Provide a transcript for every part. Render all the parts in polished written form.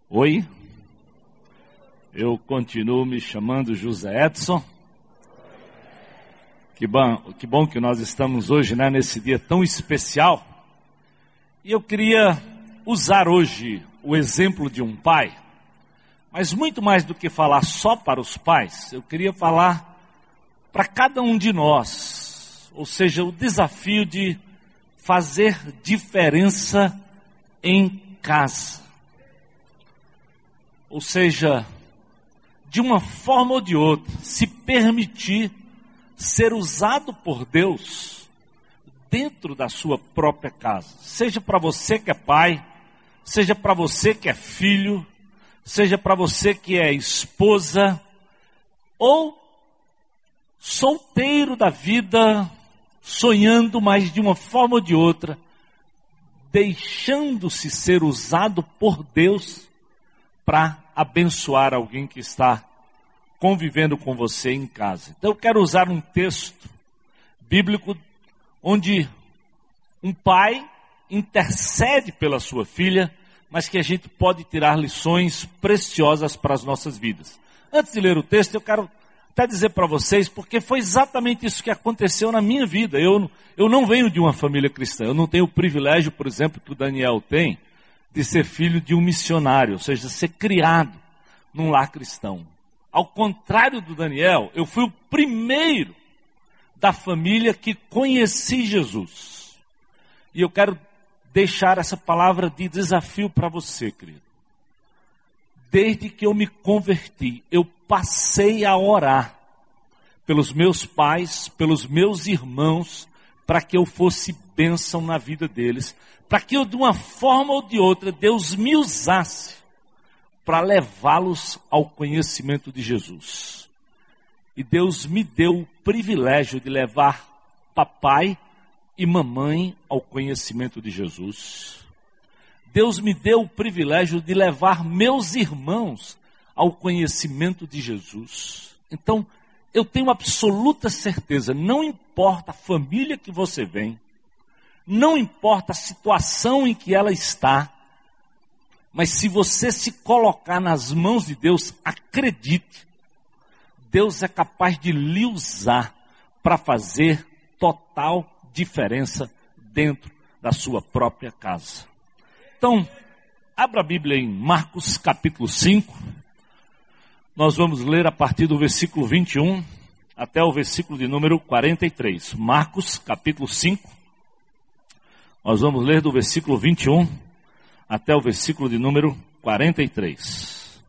Oi, eu continuo me chamando José Edson. Que bom que nós estamos hoje, nesse dia tão especial. E eu queria usar hoje o exemplo de um pai, mas muito mais do que falar só para os pais, eu queria falar para cada um de nós, ou seja, o desafio de fazer diferença em casa. Ou seja, de uma forma ou de outra, se permitir ser usado por Deus dentro da sua própria casa. Seja para você que é pai, seja para você que é filho, seja para você que é esposa, ou solteiro da vida, sonhando, mas de uma forma ou de outra, deixando-se ser usado por Deus para abençoar alguém que está convivendo com você em casa. Então eu quero usar um texto bíblico onde um pai intercede pela sua filha, mas que a gente pode tirar lições preciosas para as nossas vidas. Antes de ler o texto, eu quero até dizer para vocês, porque foi exatamente isso que aconteceu na minha vida. Eu não venho de uma família cristã, eu não tenho o privilégio, por exemplo, que o Daniel tem, de ser filho de um missionário, ou seja, ser criado num lar cristão. Ao contrário do Daniel, eu fui o primeiro da família que conheci Jesus. E eu quero deixar essa palavra de desafio para você, querido. Desde que eu me converti, eu passei a orar pelos meus pais, pelos meus irmãos, para que eu fosse bênção na vida deles, para que eu, de uma forma ou de outra, Deus me usasse para levá-los ao conhecimento de Jesus. E Deus me deu o privilégio de levar papai e mamãe ao conhecimento de Jesus. Deus me deu o privilégio de levar meus irmãos ao conhecimento de Jesus. Então, eu tenho absoluta certeza, não importa a família que você vem, não importa a situação em que ela está, mas se você se colocar nas mãos de Deus, acredite, Deus é capaz de lhe usar para fazer total diferença dentro da sua própria casa. Então, abra a Bíblia em Marcos capítulo 5, nós vamos ler a partir do versículo 21 até o versículo de número 43. Marcos capítulo 5. Nós vamos ler do versículo 21 até o versículo de número 43.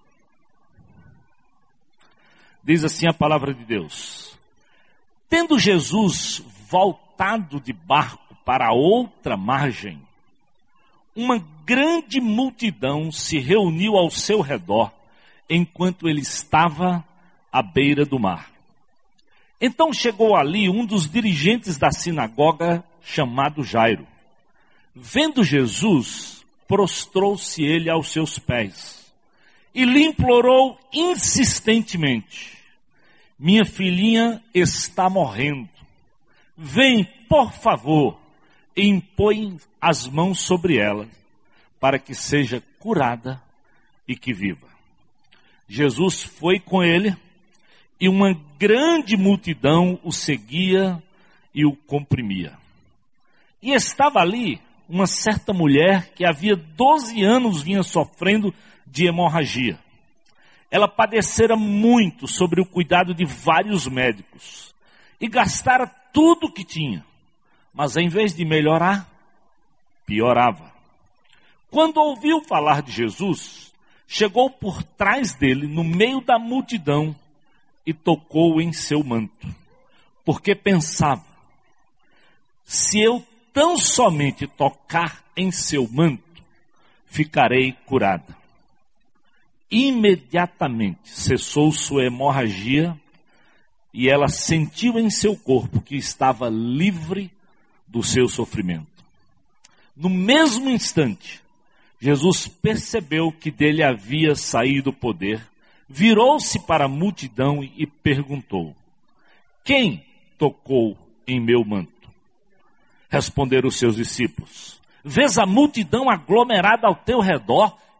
Diz assim a palavra de Deus: Tendo Jesus voltado de barco para outra margem, uma grande multidão se reuniu ao seu redor, enquanto ele estava à beira do mar. Então chegou ali um dos dirigentes da sinagoga, chamado Jairo. Vendo Jesus, prostrou-se ele aos seus pés e lhe implorou insistentemente: Minha filhinha está morrendo. Vem, por favor, e impõe as mãos sobre ela, para que seja curada e que viva. Jesus foi com ele, e uma grande multidão o seguia e o comprimia. E estava ali uma certa mulher que havia 12 anos vinha sofrendo de hemorragia. Ela padecera muito sobre o cuidado de vários médicos e gastara tudo o que tinha, mas em vez de melhorar, piorava. Quando ouviu falar de Jesus, chegou por trás dele, no meio da multidão, e tocou em seu manto, porque pensava: se eu tão somente tocar em seu manto, ficarei curada. Imediatamente cessou sua hemorragia e ela sentiu em seu corpo que estava livre do seu sofrimento. No mesmo instante, Jesus percebeu que dele havia saído o poder, virou-se para a multidão e perguntou: Quem tocou em meu manto? Responderam os seus discípulos: Vês a multidão aglomerada ao teu redor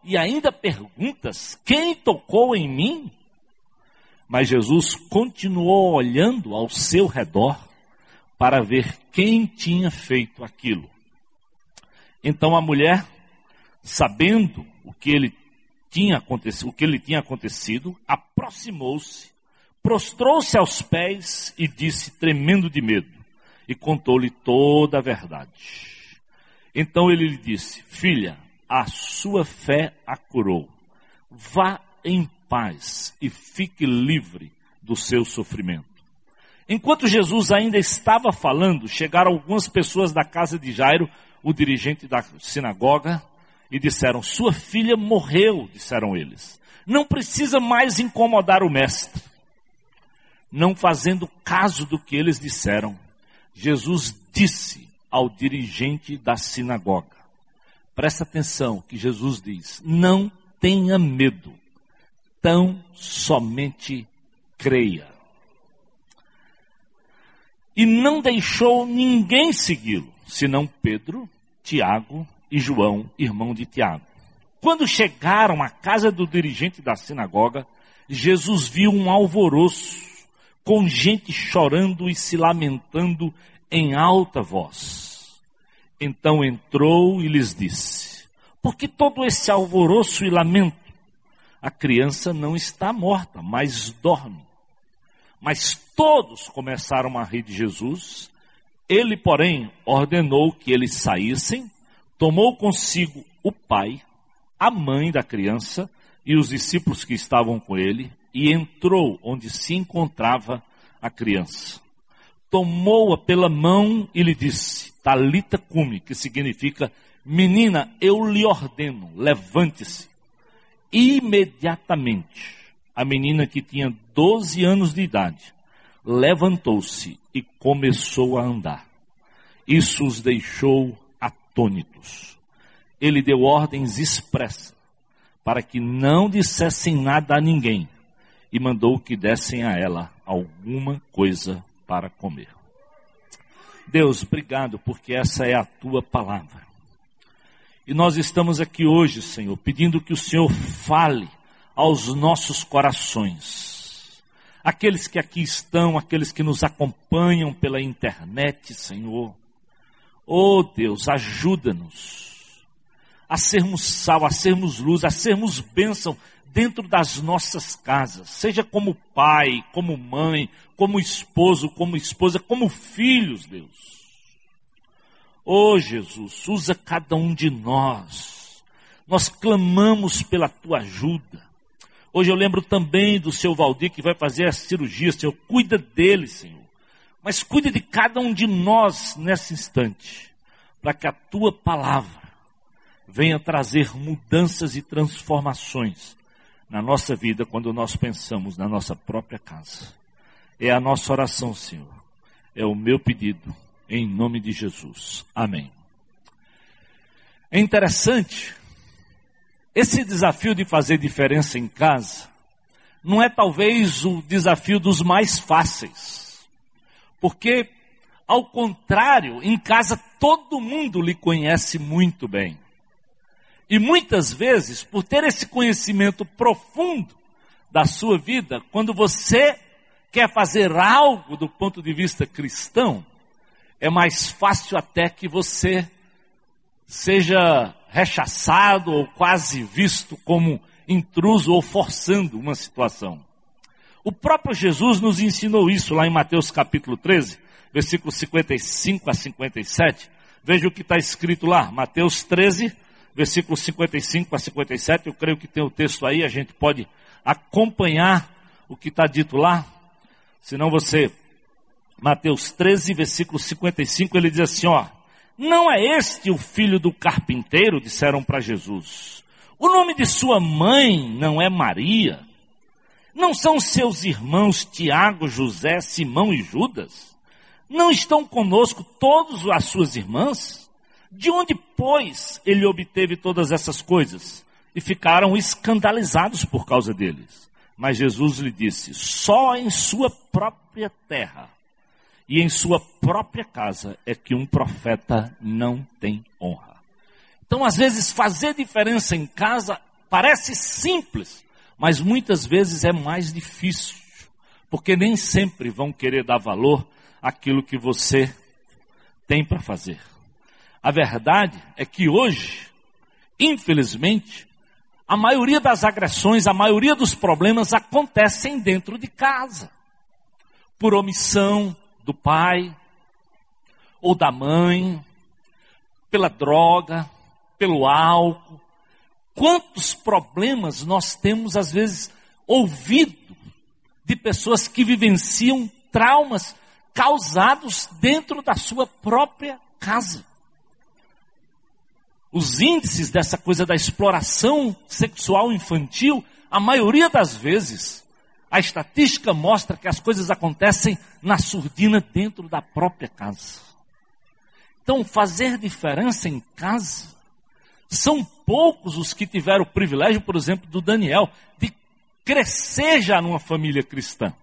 e ainda perguntas: quem tocou em mim? Mas Jesus continuou olhando ao seu redor para ver quem tinha feito aquilo. Então a mulher, sabendo o que lhe tinha acontecido, aproximou-se, prostrou-se aos pés e disse, tremendo de medo, e contou-lhe toda a verdade. Então ele lhe disse: filha, a sua fé a curou. Vá em paz e fique livre do seu sofrimento. Enquanto Jesus ainda estava falando, chegaram algumas pessoas da casa de Jairo, o dirigente da sinagoga, e disseram: sua filha morreu, disseram eles. Não precisa mais incomodar o mestre. Não fazendo caso do que eles disseram, Jesus disse ao dirigente da sinagoga, presta atenção que Jesus diz: não tenha medo, tão somente creia. E não deixou ninguém segui-lo, senão Pedro, Tiago e João, irmão de Tiago. Quando chegaram à casa do dirigente da sinagoga, Jesus viu um alvoroço, com gente chorando e se lamentando em alta voz. Então entrou e lhes disse: por que todo esse alvoroço e lamento? A criança não está morta, mas dorme. Mas todos começaram a rir de Jesus. Ele, porém, ordenou que eles saíssem, tomou consigo o pai, a mãe da criança e os discípulos que estavam com ele, e entrou onde se encontrava a criança. Tomou-a pela mão e lhe disse: Talita cumi, que significa: menina, eu lhe ordeno, levante-se. Imediatamente, a menina, que tinha 12 anos de idade, levantou-se e começou a andar. Isso os deixou atônitos. Ele deu ordens expressas para que não dissessem nada a ninguém e mandou que dessem a ela alguma coisa para comer. Deus, obrigado, porque essa é a tua palavra. E nós estamos aqui hoje, Senhor, pedindo que o Senhor fale aos nossos corações. Aqueles que aqui estão, aqueles que nos acompanham pela internet, Senhor. Oh Deus, ajuda-nos a sermos sal, a sermos luz, a sermos bênção dentro das nossas casas. Seja como pai, como mãe, como esposo, como esposa, como filhos, Deus. Oh Jesus, usa cada um de nós. Nós clamamos pela tua ajuda. Hoje eu lembro também do seu Valdir, que vai fazer a cirurgia. Senhor, cuida dele, Senhor. Mas cuida de cada um de nós nesse instante, para que a tua palavra venha trazer mudanças e transformações na nossa vida, quando nós pensamos na nossa própria casa. É a nossa oração, Senhor. É o meu pedido, em nome de Jesus. Amém. É interessante, esse desafio de fazer diferença em casa não é talvez o desafio dos mais fáceis. Porque, ao contrário, em casa todo mundo lhe conhece muito bem. E muitas vezes, por ter esse conhecimento profundo da sua vida, quando você quer fazer algo do ponto de vista cristão, é mais fácil até que você seja rechaçado ou quase visto como intruso ou forçando uma situação. O próprio Jesus nos ensinou isso lá em Mateus capítulo 13, versículos 55 a 57. Veja o que está escrito lá, Mateus 13, versículos 55 a 57. Eu creio que tem o texto aí, a gente pode acompanhar o que está dito lá. Senão você, Mateus 13, versículo 55, ele diz assim, ó: não é este o filho do carpinteiro? Disseram para Jesus. O nome de sua mãe não é Maria? Não são seus irmãos Tiago, José, Simão e Judas? Não estão conosco todas as suas irmãs? De onde, pois, ele obteve todas essas coisas? E ficaram escandalizados por causa deles. Mas Jesus lhe disse: só em sua própria terra e em sua própria casa é que um profeta não tem honra. Então, às vezes, fazer diferença em casa Parece simples, mas muitas vezes é mais difícil, porque nem sempre vão querer dar valor àquilo que você tem para fazer. A verdade é que hoje, infelizmente, a maioria das agressões, a maioria dos problemas acontecem dentro de casa, por omissão do pai ou da mãe, pela droga, pelo álcool. Quantos problemas nós temos, às vezes, ouvido de pessoas que vivenciam traumas causados dentro da sua própria casa. Os índices dessa coisa da exploração sexual infantil, a maioria das vezes, a estatística mostra que as coisas acontecem na surdina dentro da própria casa. Então, fazer diferença em casa, são poucos os que tiveram o privilégio, por exemplo, do Daniel, de crescer já numa família cristã.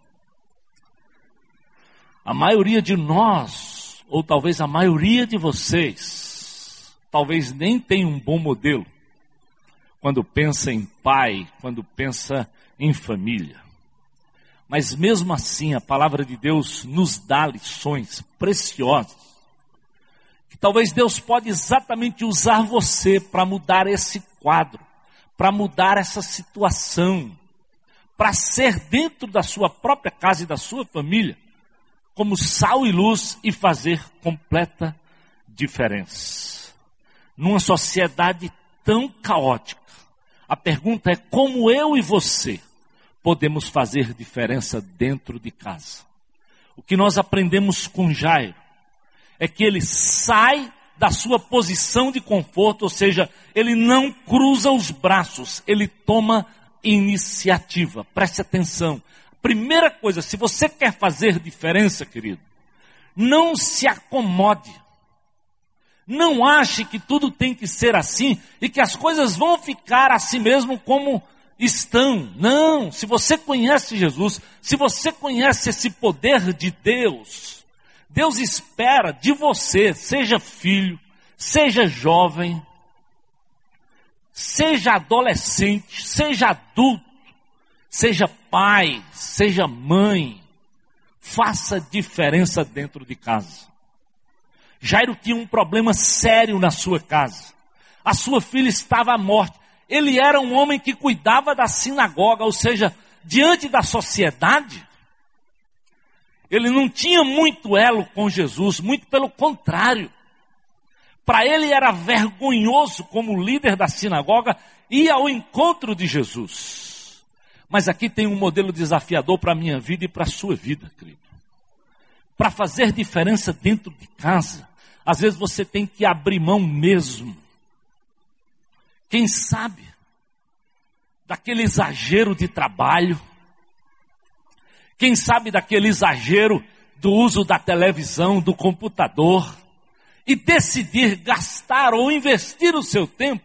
A maioria de nós, ou talvez a maioria de vocês, talvez nem tenha um bom modelo quando pensa em pai, quando pensa em família. Mas mesmo assim, a palavra de Deus nos dá lições preciosas, que talvez Deus pode exatamente usar você para mudar esse quadro, para mudar essa situação, para ser dentro da sua própria casa e da sua família, como sal e luz e fazer completa diferença. Numa sociedade tão caótica, a pergunta é como eu e você podemos fazer diferença dentro de casa. O que nós aprendemos com Jairo é que ele sai da sua posição de conforto, ou seja, ele não cruza os braços, ele toma iniciativa. Preste atenção. Primeira coisa, se você quer fazer diferença, querido, não se acomode. Não ache que tudo tem que ser assim e que as coisas vão ficar assim mesmo como estão. Não, se você conhece Jesus, se você conhece esse poder de Deus, Deus espera de você, seja filho, seja jovem, seja adolescente, seja adulto, seja pai, seja mãe, faça diferença dentro de casa. Jairo tinha um problema sério na sua casa. A sua filha estava à morte. Ele era um homem que cuidava da sinagoga, ou seja, diante da sociedade, ele não tinha muito elo com Jesus, muito pelo contrário. Para ele era vergonhoso, como líder da sinagoga, ir ao encontro de Jesus. Mas aqui tem um modelo desafiador para a minha vida e para a sua vida, querido. Para fazer diferença dentro de casa, às vezes você tem que abrir mão mesmo. Quem sabe, daquele exagero de trabalho, quem sabe daquele exagero do uso da televisão, do computador, e decidir gastar ou investir o seu tempo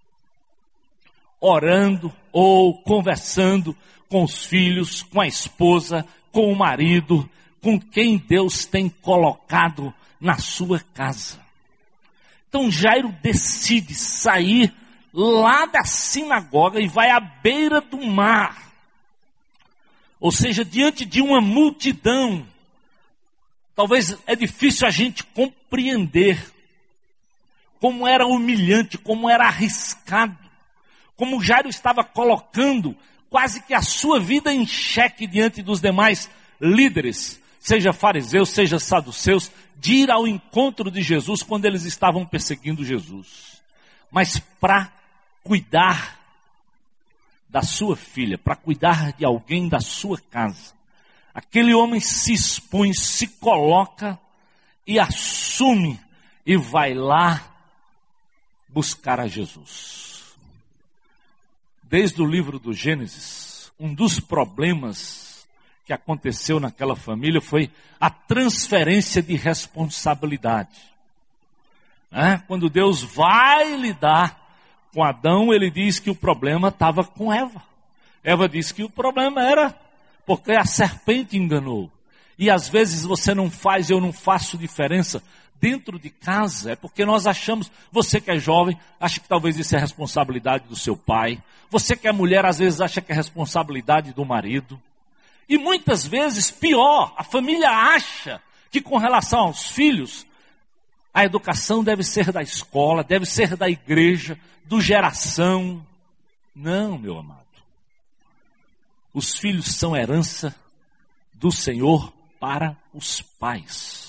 orando ou conversando com os filhos, com a esposa, com o marido, com quem Deus tem colocado na sua casa. Então Jairo decide sair lá da sinagoga e vai à beira do mar. Ou seja, diante de uma multidão. Talvez é difícil a gente compreender como era humilhante, como era arriscado, como Jairo estava colocando quase que a sua vida em xeque diante dos demais líderes, seja fariseus, seja saduceus, de ir ao encontro de Jesus quando eles estavam perseguindo Jesus. Mas para cuidar da sua filha, para cuidar de alguém da sua casa, aquele homem se expõe, se coloca e assume e vai lá buscar a Jesus. Desde o livro do Gênesis, um dos problemas que aconteceu naquela família foi a transferência de responsabilidade. Quando Deus vai lidar com Adão, ele diz que o problema estava com Eva. Eva disse que o problema era porque a serpente enganou. E às vezes você não faz, eu não faço diferença dentro de casa, é porque nós achamos, você que é jovem, acha que talvez isso é responsabilidade do seu pai. Você que é mulher, às vezes acha que é responsabilidade do marido. E muitas vezes, pior, a família acha que com relação aos filhos, a educação deve ser da escola, deve ser da igreja, do geração. Não, meu amado. Os filhos são herança do Senhor para os pais.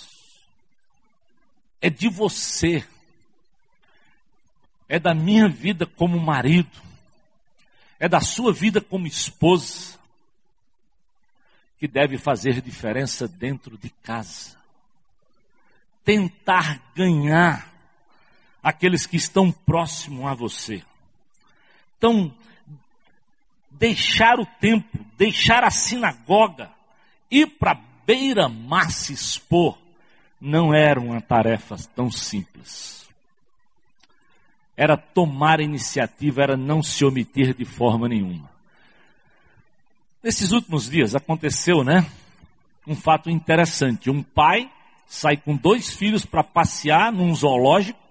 É de você, é da minha vida como marido, é da sua vida como esposa, que deve fazer diferença dentro de casa. Tentar ganhar aqueles que estão próximos a você. Então, deixar o templo, deixar a sinagoga, ir para a beira-mar se expor, não era uma tarefa tão simples. Era tomar a iniciativa, era não se omitir de forma nenhuma. Nesses últimos dias aconteceu, um fato interessante. Um pai sai com 2 filhos para passear num zoológico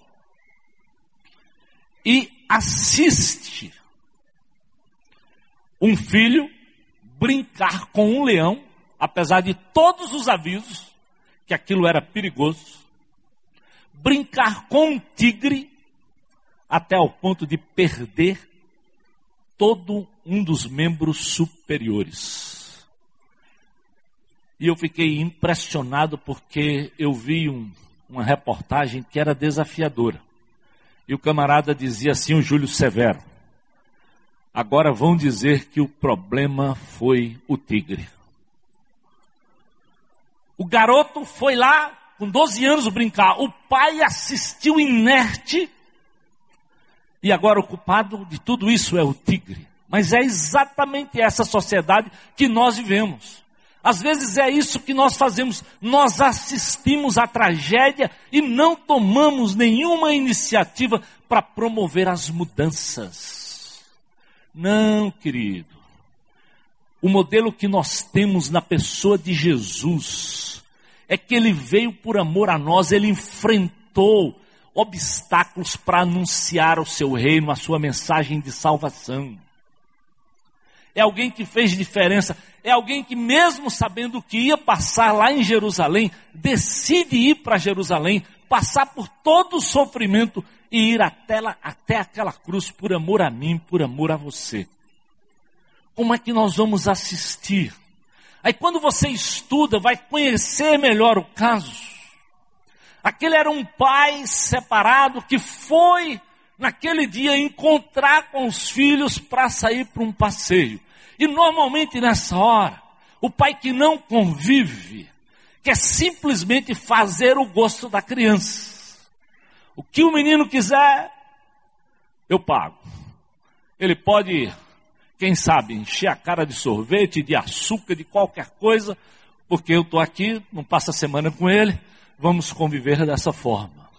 e assiste um filho brincar com um leão, apesar de todos os avisos que aquilo era perigoso, brincar com um tigre até ao ponto de perder todo um dos membros superiores. E eu fiquei impressionado porque eu vi uma reportagem que era desafiadora. E o camarada dizia assim, o Júlio Severo: agora vão dizer que o problema foi o tigre. O garoto foi lá com 12 anos brincar. O pai assistiu inerte. E agora o culpado de tudo isso é o tigre. Mas é exatamente essa sociedade que nós vivemos. Às vezes é isso que nós fazemos. Nós assistimos à tragédia e não tomamos nenhuma iniciativa para promover as mudanças. Não, querido. O modelo que nós temos na pessoa de Jesus é que ele veio por amor a nós, ele enfrentou obstáculos para anunciar o seu reino, a sua mensagem de salvação. É alguém que fez diferença, é alguém que mesmo sabendo que ia passar lá em Jerusalém, decide ir para Jerusalém, passar por todo o sofrimento e ir até aquela cruz por amor a mim, por amor a você. Como é que nós vamos assistir? Aí quando você estuda, vai conhecer melhor o caso. Aquele era um pai separado que foi naquele dia encontrar com os filhos para sair para um passeio. E normalmente nessa hora, o pai que não convive, quer simplesmente fazer o gosto da criança. O que o menino quiser, eu pago. Ele pode, quem sabe, encher a cara de sorvete, de açúcar, de qualquer coisa, porque eu estou aqui, não passo a semana com ele, vamos conviver dessa forma.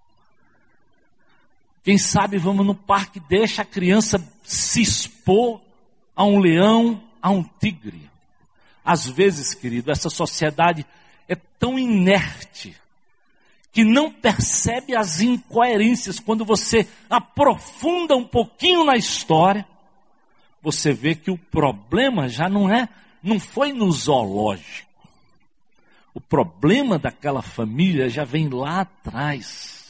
Quem sabe vamos no parque, deixa a criança se expor a um leão, a um tigre. Às vezes, querido, essa sociedade é tão inerte que não percebe as incoerências. Quando você aprofunda um pouquinho na história, você vê que o problema já não foi no zoológico. O problema daquela família já vem lá atrás.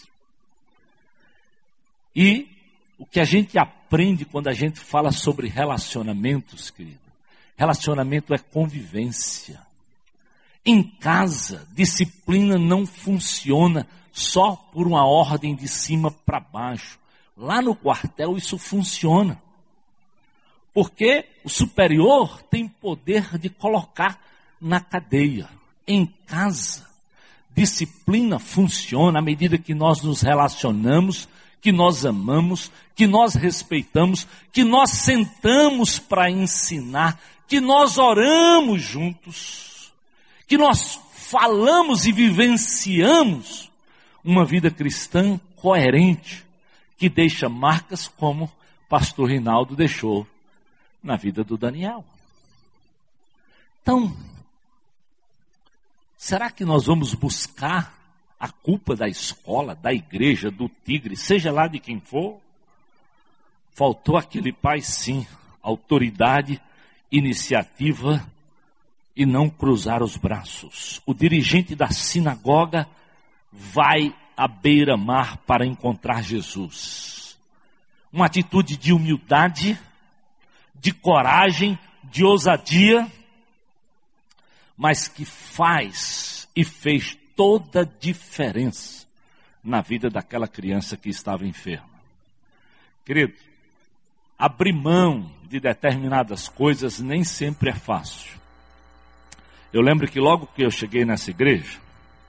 E o que a gente aprende quando a gente fala sobre relacionamentos, querido, relacionamento é convivência. Em casa, disciplina não funciona só por uma ordem de cima para baixo. Lá no quartel isso funciona. Porque o superior tem poder de colocar na cadeia. Em casa, disciplina funciona à medida que nós nos relacionamos, que nós amamos, que nós respeitamos, que nós sentamos para ensinar, que nós oramos juntos, que nós falamos e vivenciamos uma vida cristã coerente, que deixa marcas como o pastor Rinaldo deixou na vida do Daniel. Então, Será que nós vamos buscar a culpa da escola, da igreja, do tigre, seja lá de quem for? Faltou aquele pai, sim, autoridade, iniciativa e não cruzar os braços. O dirigente da sinagoga vai à beira-mar para encontrar Jesus. Uma atitude de humildade, de coragem, de ousadia, mas que faz e fez toda a diferença na vida daquela criança que estava enferma. Querido, abrir mão de determinadas coisas nem sempre é fácil. Eu lembro que logo que eu cheguei nessa igreja,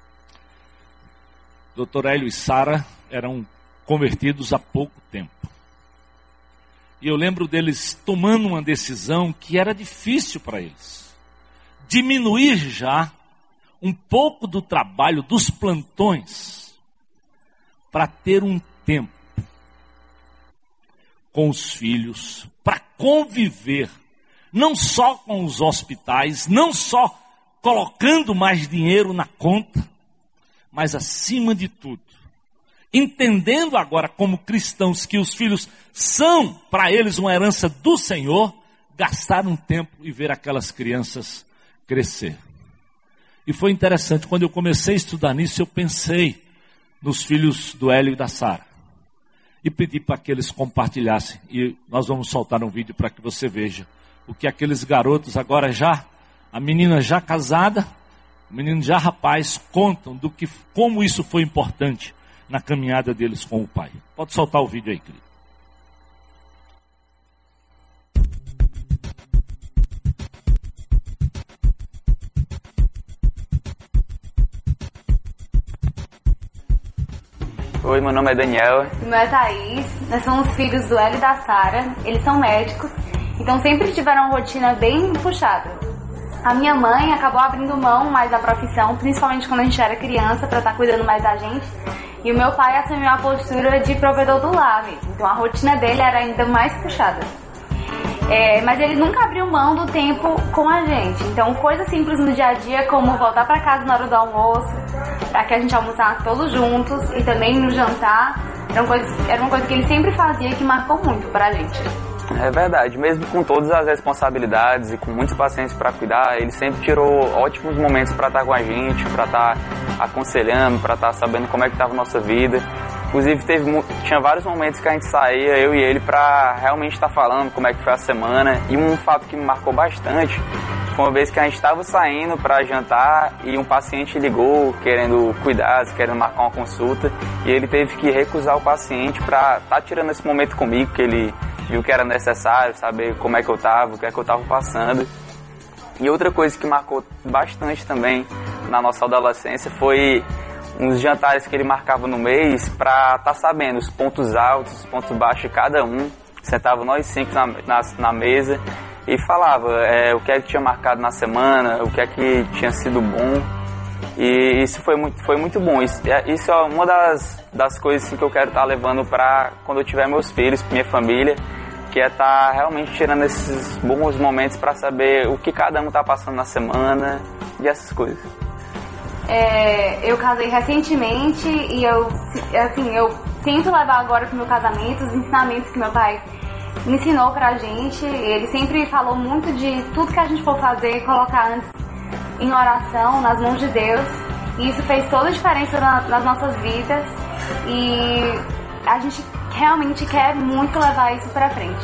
Dr. Hélio e Sara eram convertidos há pouco tempo. E eu lembro deles tomando uma decisão que era difícil para eles. Diminuir já um pouco do trabalho dos plantões para ter um tempo com os filhos, para conviver, não só com os hospitais, não só colocando mais dinheiro na conta, mas acima de tudo, entendendo agora como cristãos que os filhos são para eles uma herança do Senhor, gastar um tempo e ver aquelas crianças crescer. E foi interessante, quando eu comecei a estudar nisso, eu pensei nos filhos do Hélio e da Sara. E pedi para que eles compartilhassem. E nós vamos soltar um vídeo para que você veja o que aqueles garotos agora já, a menina já casada, o menino já rapaz, contam do que, como isso foi importante na caminhada deles com o pai. Pode soltar o vídeo aí, querido. Oi, meu nome é Daniel. Meu nome é Thaís. Nós somos filhos do Hélio e da Sara. Eles são médicos, então sempre tiveram uma rotina bem puxada. A minha mãe acabou abrindo mão mais da profissão, principalmente quando a gente era criança, para estar cuidando mais da gente. E o meu pai assumiu a postura de provedor do lar mesmo. Então a rotina dele era ainda mais puxada. Mas ele nunca abriu mão do tempo com a gente. Então coisas simples no dia a dia, como voltar para casa na hora do almoço, para que a gente almoçasse todos juntos, e também no jantar, era uma coisa que ele sempre fazia e que marcou muito para a gente. É verdade, mesmo com todas as responsabilidades e com muitos pacientes para cuidar, ele sempre tirou ótimos momentos para estar com a gente, para estar aconselhando, para estar sabendo como é que estava a nossa vida. Inclusive tinha vários momentos que a gente saía, eu e ele, para realmente estar falando como é que foi a semana. E um fato que me marcou bastante foi uma vez que a gente estava saindo para jantar e um paciente ligou querendo cuidados, querendo marcar uma consulta, e ele teve que recusar o paciente para estar tirando esse momento comigo, que ele viu que era necessário saber como é que eu estava, o que é que eu estava passando. E outra coisa que marcou bastante também na nossa adolescência foi uns jantares que ele marcava no mês para estar sabendo os pontos altos, os pontos baixos de cada um. Sentava nós 5 na mesa e falava o que é que tinha marcado na semana, o que é que tinha sido bom. E isso foi muito bom. Isso é uma das coisas assim, que eu quero estar levando para quando eu tiver meus filhos, minha família, que é estar realmente tirando esses bons momentos para saber o que cada um está passando na semana e essas coisas. Eu casei recentemente e eu tento levar agora pro meu casamento os ensinamentos que meu pai me ensinou pra gente. Ele sempre falou muito de tudo que a gente for fazer, colocar antes em oração, nas mãos de Deus. E isso fez toda a diferença nas nossas vidas. E a gente realmente quer muito levar isso pra frente.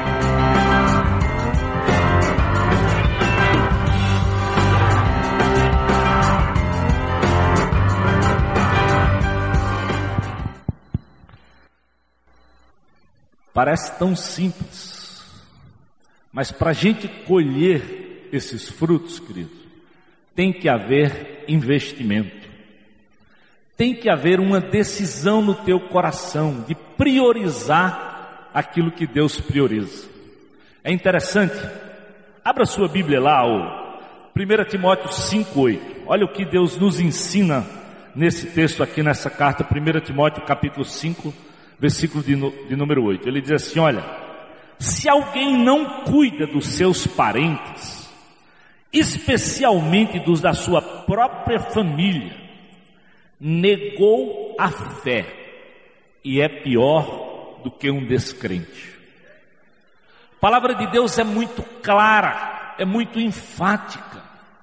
Parece tão simples, mas para a gente colher esses frutos, querido, tem que haver investimento. Tem que haver uma decisão no teu coração de priorizar aquilo que Deus prioriza. É interessante, abra sua Bíblia lá, 1 Timóteo 5,8. Olha o que Deus nos ensina nesse texto aqui, nessa carta, 1 Timóteo capítulo 5, versículo de número 8. Ele diz assim: olha, se alguém não cuida dos seus parentes, especialmente dos da sua própria família, negou a fé e é pior do que um descrente. A palavra de Deus é muito clara, é muito enfática.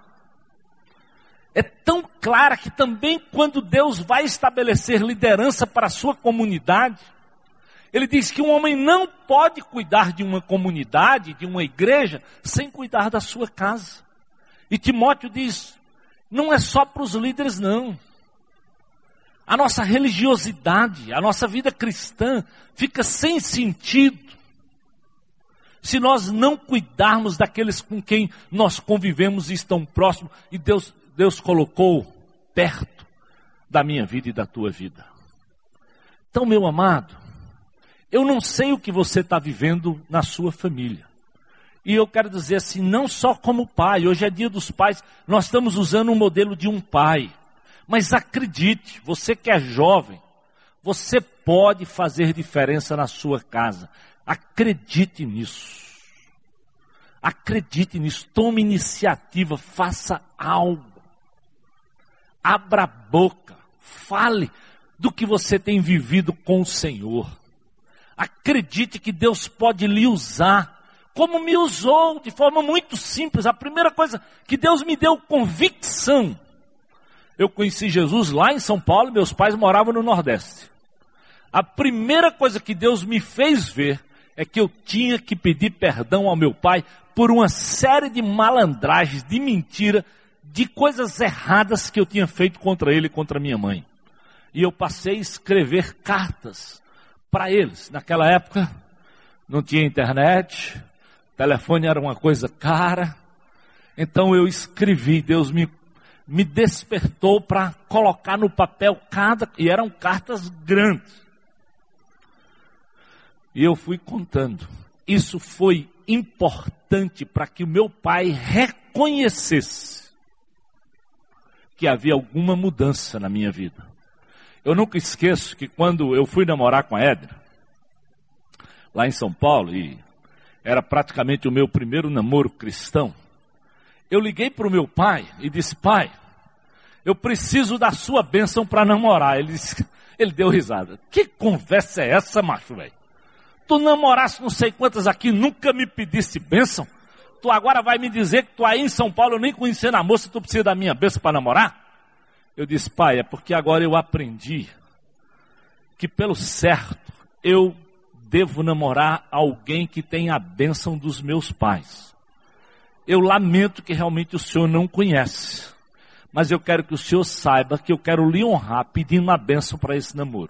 É tão clara que também quando Deus vai estabelecer liderança para a sua comunidade, Ele diz que um homem não pode cuidar de uma comunidade, de uma igreja, sem cuidar da sua casa. E Timóteo diz, não é só para os líderes não. A nossa religiosidade, a nossa vida cristã fica sem sentido se nós não cuidarmos daqueles com quem nós convivemos e estão próximos. E Deus colocou perto da minha vida e da tua vida. Então, meu amado, eu não sei o que você está vivendo na sua família. E eu quero dizer assim, não só como pai, hoje é dia dos pais, nós estamos usando um modelo de um pai. Mas acredite, você que é jovem, você pode fazer diferença na sua casa. Acredite nisso. Acredite nisso, tome iniciativa, faça algo. Abra a boca, fale do que você tem vivido com o Senhor. Acredite que Deus pode lhe usar, como me usou, de forma muito simples. A primeira coisa que Deus me deu convicção. Eu conheci Jesus lá em São Paulo, meus pais moravam no Nordeste. A primeira coisa que Deus me fez ver é que eu tinha que pedir perdão ao meu pai por uma série de malandragens, de mentira, de coisas erradas que eu tinha feito contra ele e contra minha mãe. E eu passei a escrever cartas para eles. Naquela época não tinha internet, telefone era uma coisa cara. Então eu escrevi, Deus me despertou para colocar no papel e eram cartas grandes. E eu fui contando. Isso foi importante para que o meu pai reconhecesse que havia alguma mudança na minha vida. Eu nunca esqueço que quando eu fui namorar com a Edna, lá em São Paulo, e era praticamente o meu primeiro namoro cristão, eu liguei para o meu pai e disse, pai, eu preciso da sua bênção para namorar. Ele deu risada. Que conversa é essa, macho, velho? Tu namoraste não sei quantas aqui, nunca me pediste bênção? Tu agora vai me dizer que tu aí em São Paulo, eu nem conhecendo a moça, tu precisa da minha bênção para namorar? Eu disse, pai, é porque agora eu aprendi que pelo certo eu devo namorar alguém que tem a bênção dos meus pais. Eu lamento que realmente o senhor não conhece, mas eu quero que o senhor saiba que eu quero lhe honrar pedindo uma bênção para esse namoro.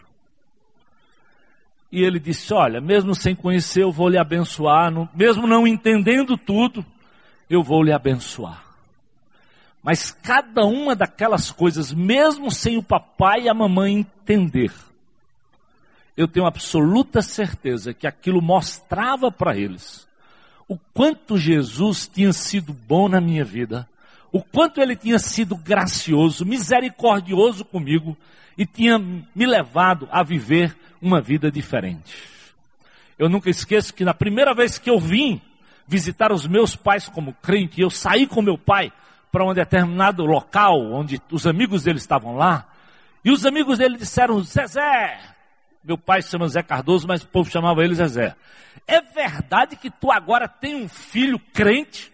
E ele disse, olha, mesmo sem conhecer eu vou lhe abençoar, mesmo não entendendo tudo, eu vou lhe abençoar. Mas cada uma daquelas coisas, mesmo sem o papai e a mamãe entender, eu tenho absoluta certeza que aquilo mostrava para eles o quanto Jesus tinha sido bom na minha vida, o quanto ele tinha sido gracioso, misericordioso comigo e tinha me levado a viver uma vida diferente. Eu nunca esqueço que na primeira vez que eu vim visitar os meus pais como crente, eu saí com meu pai para um determinado local, onde os amigos dele estavam lá, e os amigos dele disseram, Zezé, meu pai se chama Zé Cardoso, mas o povo chamava ele Zezé, é verdade que tu agora tem um filho crente?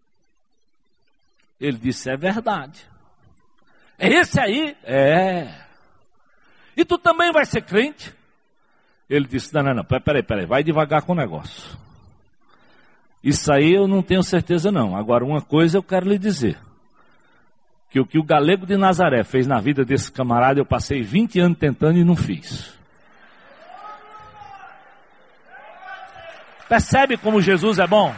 Ele disse, é verdade. É esse aí? É. E tu também vai ser crente? Ele disse, não, peraí, vai devagar com o negócio. Isso aí eu não tenho certeza não. Agora, uma coisa eu quero lhe dizer. Que o que o Galego de Nazaré fez na vida desse camarada, eu passei 20 anos tentando e não fiz. Percebe como Jesus é bom?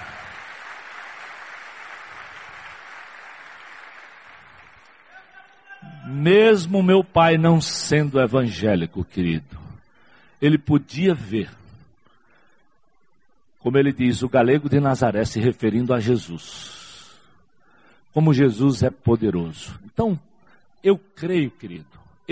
Mesmo meu pai não sendo evangélico, querido, ele podia ver, como ele diz, o Galego de Nazaré se referindo a Jesus, como Jesus é poderoso. Então, eu creio, querido,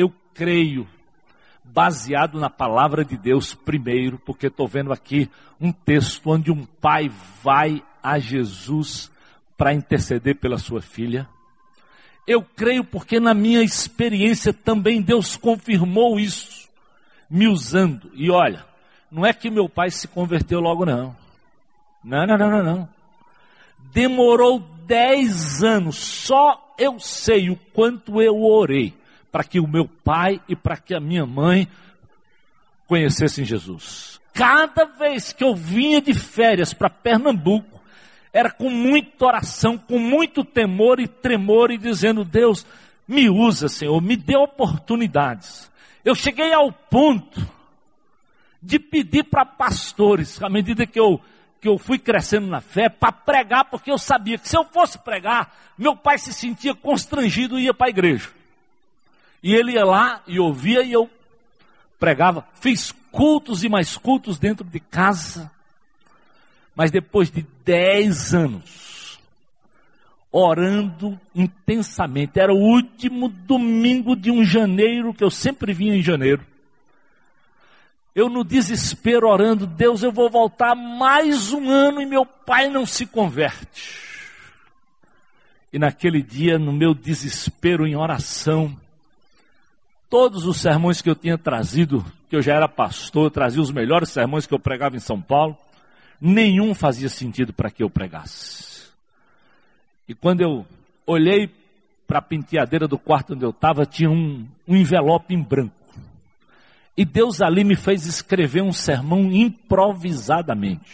baseado na palavra de Deus primeiro, porque estou vendo aqui um texto onde um pai vai a Jesus para interceder pela sua filha. Eu creio porque na minha experiência também Deus confirmou isso, me usando. E olha, não é que meu pai se converteu logo não. Não. Demorou 10 anos, só eu sei o quanto eu orei para que o meu pai e para que a minha mãe conhecessem Jesus. Cada vez que eu vinha de férias para Pernambuco, era com muita oração, com muito temor e tremor, e dizendo: Deus, me usa, Senhor, me dê oportunidades. Eu cheguei ao ponto de pedir para pastores, à medida que eu fui crescendo na fé, para pregar, porque eu sabia que se eu fosse pregar, meu pai se sentia constrangido e ia para a igreja. E ele ia lá e ouvia e eu pregava. Fiz cultos e mais cultos dentro de casa. Mas depois de 10 anos, orando intensamente, era o último domingo de um janeiro, que eu sempre vinha em janeiro. Eu no desespero orando: Deus, eu vou voltar mais um ano e meu pai não se converte. E naquele dia, no meu desespero em oração, todos os sermões que eu tinha trazido, que eu já era pastor, eu trazia os melhores sermões que eu pregava em São Paulo, nenhum fazia sentido para que eu pregasse. E quando eu olhei para a penteadeira do quarto onde eu estava, tinha um envelope em branco. E Deus ali me fez escrever um sermão improvisadamente.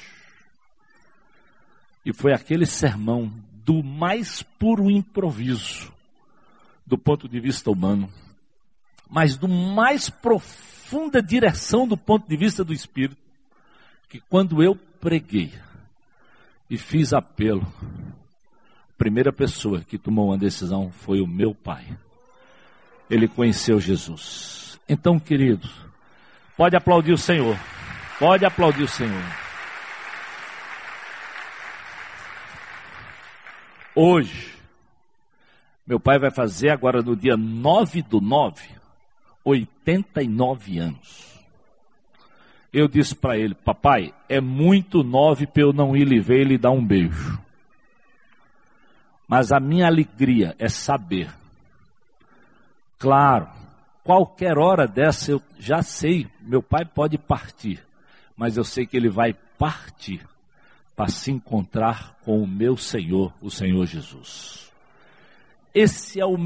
E foi aquele sermão do mais puro improviso, do ponto de vista humano, mas do mais profunda direção do ponto de vista do Espírito, que quando eu preguei e fiz apelo, a primeira pessoa que tomou uma decisão foi o meu pai. Ele conheceu Jesus. Então, querido, pode aplaudir o Senhor. Pode aplaudir o Senhor. Hoje, meu pai vai fazer agora no dia 9/9, 89 anos. Eu disse para ele: papai, é muito 9 para eu não ir lhe ver e lhe dar um beijo. Mas a minha alegria é saber. Claro, qualquer hora dessa eu já sei, meu pai pode partir, mas eu sei que ele vai partir para se encontrar com o meu Senhor, o Senhor Jesus. Esse é o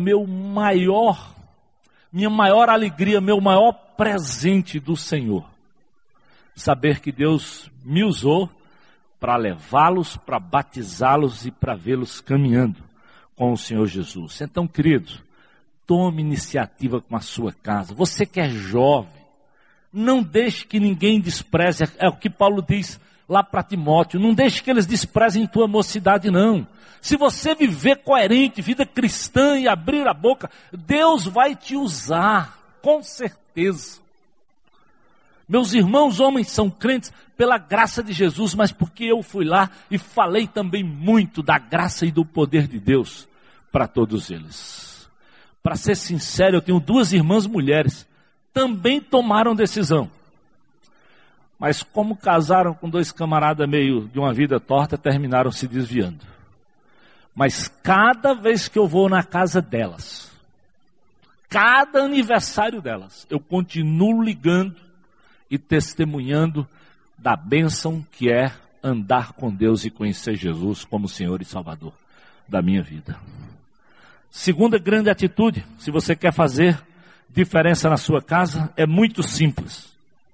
minha maior alegria, meu maior presente do Senhor. Saber que Deus me usou para levá-los, para batizá-los e para vê-los caminhando com o Senhor Jesus. Então, queridos, tome iniciativa com a sua casa. Você que é jovem, não deixe que ninguém despreze. É o que Paulo diz lá para Timóteo: não deixe que eles desprezem tua mocidade, não. Se você viver coerente, vida cristã, e abrir a boca, Deus vai te usar, com certeza. Meus irmãos homens são crentes pela graça de Jesus, mas porque eu fui lá e falei também muito da graça e do poder de Deus para todos eles. Para ser sincero, eu tenho 2 irmãs mulheres, também tomaram decisão. Mas como casaram com 2 camaradas meio de uma vida torta, terminaram se desviando. Mas cada vez que eu vou na casa delas, cada aniversário delas, eu continuo ligando e testemunhando da bênção que é andar com Deus e conhecer Jesus como Senhor e Salvador da minha vida. Segunda grande atitude, se você quer fazer diferença na sua casa, é muito simples.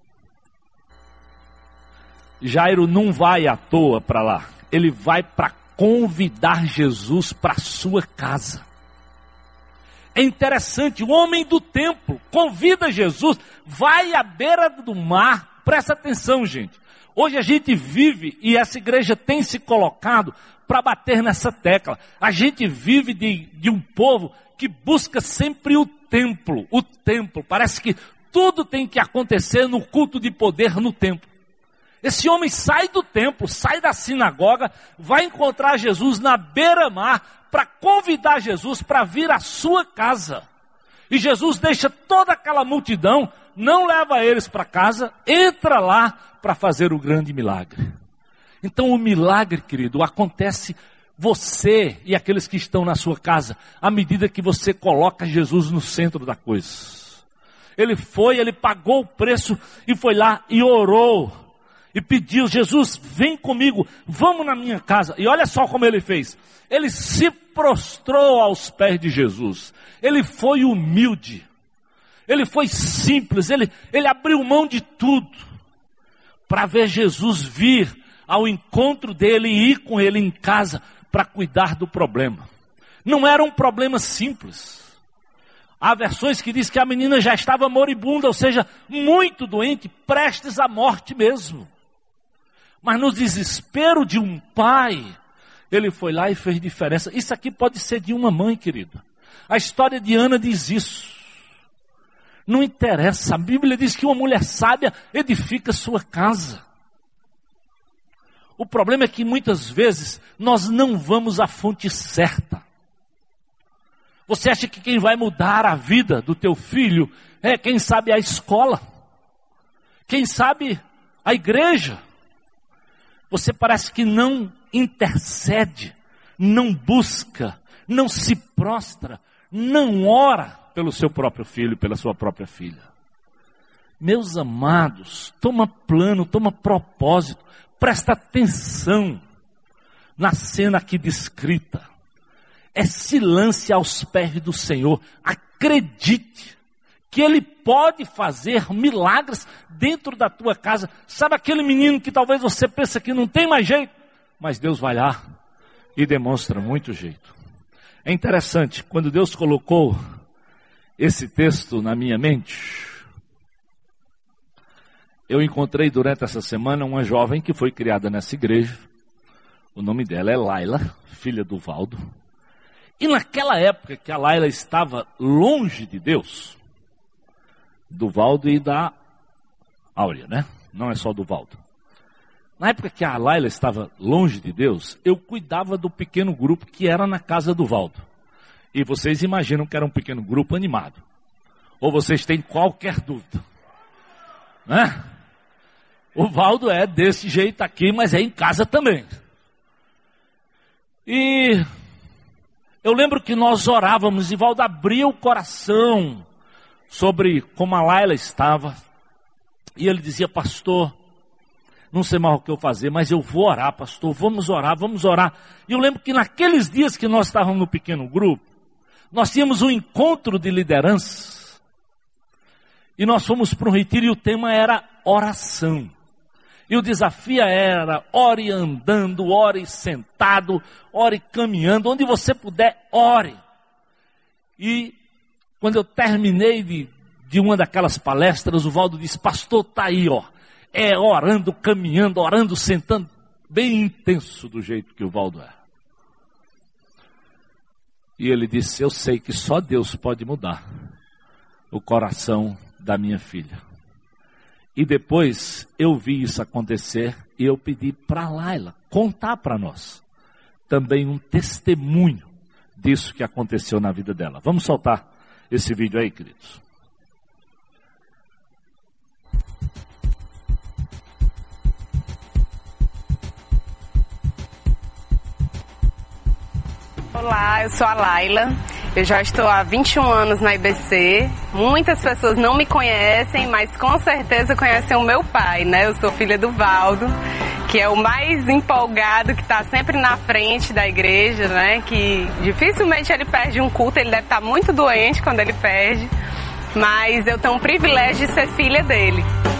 Jairo não vai à toa para lá, ele vai para convidar Jesus para a sua casa. É interessante, o homem do templo convida Jesus, vai à beira do mar. Presta atenção, gente. Hoje a gente vive, e essa igreja tem se colocado para bater nessa tecla. A gente vive de um povo que busca sempre o templo. O templo, parece que tudo tem que acontecer no culto de poder no templo. Esse homem sai do templo, sai da sinagoga, vai encontrar Jesus na beira-mar, para convidar Jesus para vir à sua casa. E Jesus deixa toda aquela multidão, não leva eles para casa, entra lá para fazer o grande milagre. Então o milagre, querido, acontece você e aqueles que estão na sua casa, à medida que você coloca Jesus no centro da coisa. Ele pagou o preço e foi lá e orou. E pediu: Jesus, vem comigo, vamos na minha casa. E olha só como ele fez. Ele se prostrou aos pés de Jesus. Ele foi humilde. Ele foi simples. Ele abriu mão de tudo para ver Jesus vir ao encontro dele e ir com ele em casa para cuidar do problema. Não era um problema simples. Há versões que diz que a menina já estava moribunda, ou seja, muito doente, prestes à morte mesmo. Mas no desespero de um pai, ele foi lá e fez diferença. Isso aqui pode ser de uma mãe, querido. A história de Ana diz isso. Não interessa, a Bíblia diz que uma mulher sábia edifica sua casa. O problema é que muitas vezes nós não vamos à fonte certa. Você acha que quem vai mudar a vida do teu filho é, quem sabe, a escola? Quem sabe, a igreja? Você parece que não intercede, não busca, não se prostra, não ora pelo seu próprio filho, pela sua própria filha. Meus amados, toma plano, toma propósito, presta atenção na cena aqui descrita. Se lance aos pés do Senhor. Acredite que Ele pode fazer milagres dentro da tua casa. Sabe aquele menino que talvez você pense que não tem mais jeito? Mas Deus vai lá e demonstra muito jeito. É interessante, quando Deus colocou esse texto na minha mente, eu encontrei durante essa semana uma jovem que foi criada nessa igreja. O nome dela é Laila, filha do Valdo. E naquela época que a Laila estava longe de Deus, do Valdo e da Áurea, né? Não é só do Valdo. Na época que a Laila estava longe de Deus, eu cuidava do pequeno grupo que era na casa do Valdo. E vocês imaginam que era um pequeno grupo animado. Ou vocês têm qualquer dúvida? Né? O Valdo é desse jeito aqui, mas é em casa também. E eu lembro que nós orávamos e Valdo abria o coração sobre como a Laila estava. E ele dizia: pastor, não sei mais o que eu fazer, mas eu vou orar, pastor, vamos orar, vamos orar. E eu lembro que naqueles dias que nós estávamos no pequeno grupo, nós tínhamos um encontro de liderança. E nós fomos para um retiro e o tema era oração. E o desafio era: ore andando, ore sentado, ore caminhando, onde você puder, ore. E quando eu terminei de uma daquelas palestras, o Valdo disse: pastor, está aí, ó. É orando, caminhando, orando, sentando. Bem intenso do jeito que o Valdo é. E ele disse: eu sei que só Deus pode mudar o coração da minha filha. E depois eu vi isso acontecer e eu pedi para a Laila contar para nós também um testemunho disso que aconteceu na vida dela. Vamos soltar esse vídeo aí, queridos. Olá, eu sou a Laila. Eu já estou há 21 anos na IBC. Muitas pessoas não me conhecem, mas com certeza conhecem o meu pai, né? Eu sou filha do Valdo, que é o mais empolgado, que está sempre na frente da igreja, né? Que dificilmente ele perde um culto, ele deve estar muito doente quando ele perde. Mas eu tenho o privilégio de ser filha dele.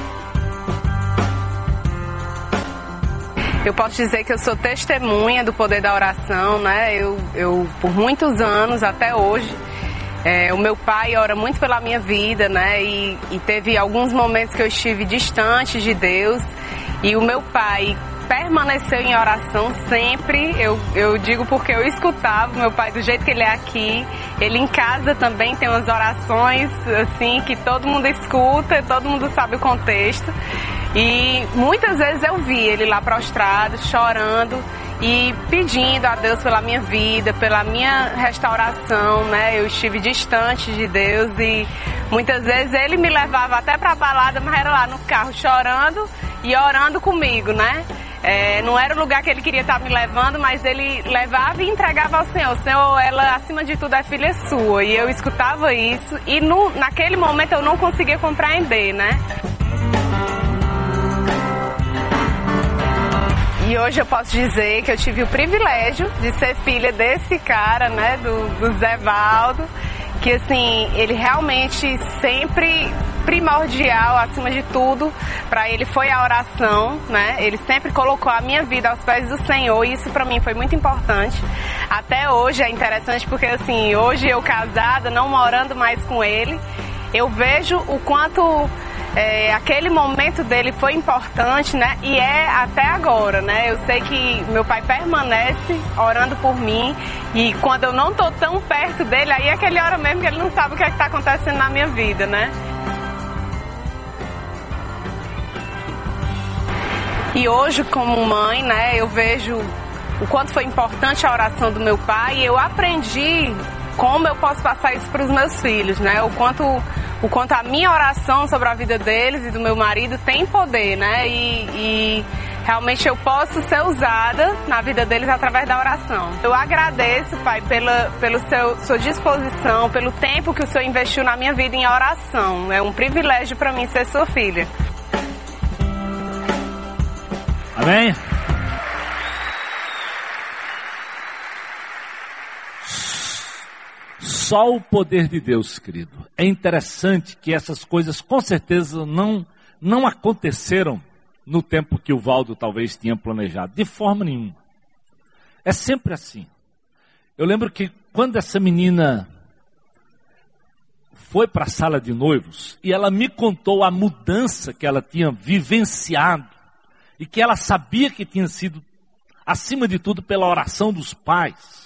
Eu posso dizer que eu sou testemunha do poder da oração, né? Eu por muitos anos, até hoje, o meu pai ora muito pela minha vida, né? E teve alguns momentos que eu estive distante de Deus. E o meu pai permaneceu em oração sempre. Eu digo porque eu escutava meu pai do jeito que ele é aqui. Ele em casa também tem umas orações assim que todo mundo escuta, todo mundo sabe o contexto. E muitas vezes eu vi ele lá prostrado, chorando e pedindo a Deus pela minha vida, pela minha restauração, né? Eu estive distante de Deus e muitas vezes ele me levava até para a balada, mas era lá no carro chorando e orando comigo, né? Não era o lugar que ele queria estar me levando, mas ele levava e entregava ao Senhor. Senhor, ela acima de tudo é filha sua. E eu escutava isso e naquele momento eu não conseguia compreender, né? E hoje eu posso dizer que eu tive o privilégio de ser filha desse cara, né, do Zé Valdo, que assim, ele realmente sempre primordial, acima de tudo, para ele foi a oração, né? Ele sempre colocou a minha vida aos pés do Senhor e isso para mim foi muito importante. Até hoje é interessante porque assim, hoje eu casada, não morando mais com ele, eu vejo o quanto aquele momento dele foi importante, né? E é até agora, né? Eu sei que meu pai permanece orando por mim e quando eu não tô tão perto dele, aí é que ele ora mesmo que ele não sabe o que é que tá acontecendo na minha vida, né? E hoje, como mãe, né? Eu vejo o quanto foi importante a oração do meu pai e eu aprendi como eu posso passar isso para os meus filhos, né? O quanto a minha oração sobre a vida deles e do meu marido tem poder, né? E realmente eu posso ser usada na vida deles através da oração. Eu agradeço, Pai, pela sua disposição, pelo tempo que o Senhor investiu na minha vida em oração. É um privilégio para mim ser sua filha. Amém? Só o poder de Deus, querido. É interessante que essas coisas com certeza não aconteceram no tempo que o Valdo talvez tinha planejado, de forma nenhuma. É sempre assim. Eu lembro que quando essa menina foi para a sala de noivos e ela me contou a mudança que ela tinha vivenciado e que ela sabia que tinha sido, acima de tudo, pela oração dos pais.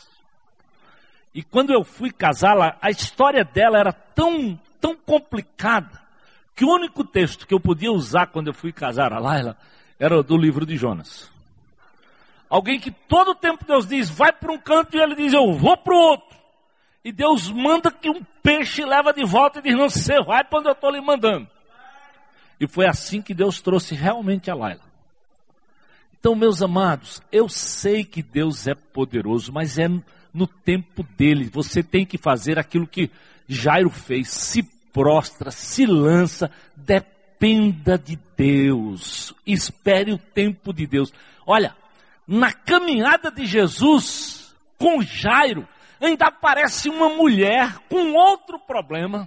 E quando eu fui casá-la, a história dela era tão complicada, que o único texto que eu podia usar quando eu fui casar a Laila era do livro de Jonas. Alguém que todo tempo Deus diz, vai para um canto e ele diz, eu vou para o outro. E Deus manda que um peixe leva de volta e diz, não, você vai para onde eu estou lhe mandando. E foi assim que Deus trouxe realmente a Laila. Então, meus amados, eu sei que Deus é poderoso, mas é no tempo dele. Você tem que fazer aquilo que Jairo fez. Se prostra, se lança, dependa de Deus. Espere o tempo de Deus. Olha, na caminhada de Jesus com Jairo, ainda aparece uma mulher com outro problema.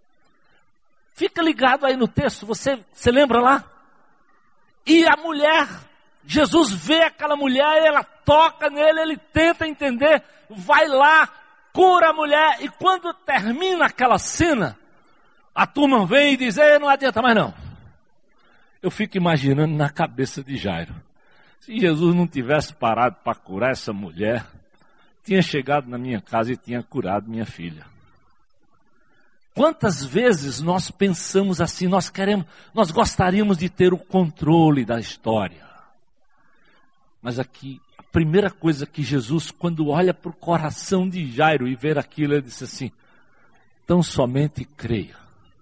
Fica ligado aí no texto, você lembra lá? E a mulher, Jesus vê aquela mulher, ela toca nele, ele tenta entender, vai lá, cura a mulher, e quando termina aquela cena, a turma vem e diz, não adianta mais não. Eu fico imaginando na cabeça de Jairo, se Jesus não tivesse parado para curar essa mulher, tinha chegado na minha casa e tinha curado minha filha. Quantas vezes nós pensamos assim, nós gostaríamos de ter o controle da história. Mas aqui, a primeira coisa que Jesus, quando olha para o coração de Jairo e vê aquilo, ele disse assim, tão somente creia,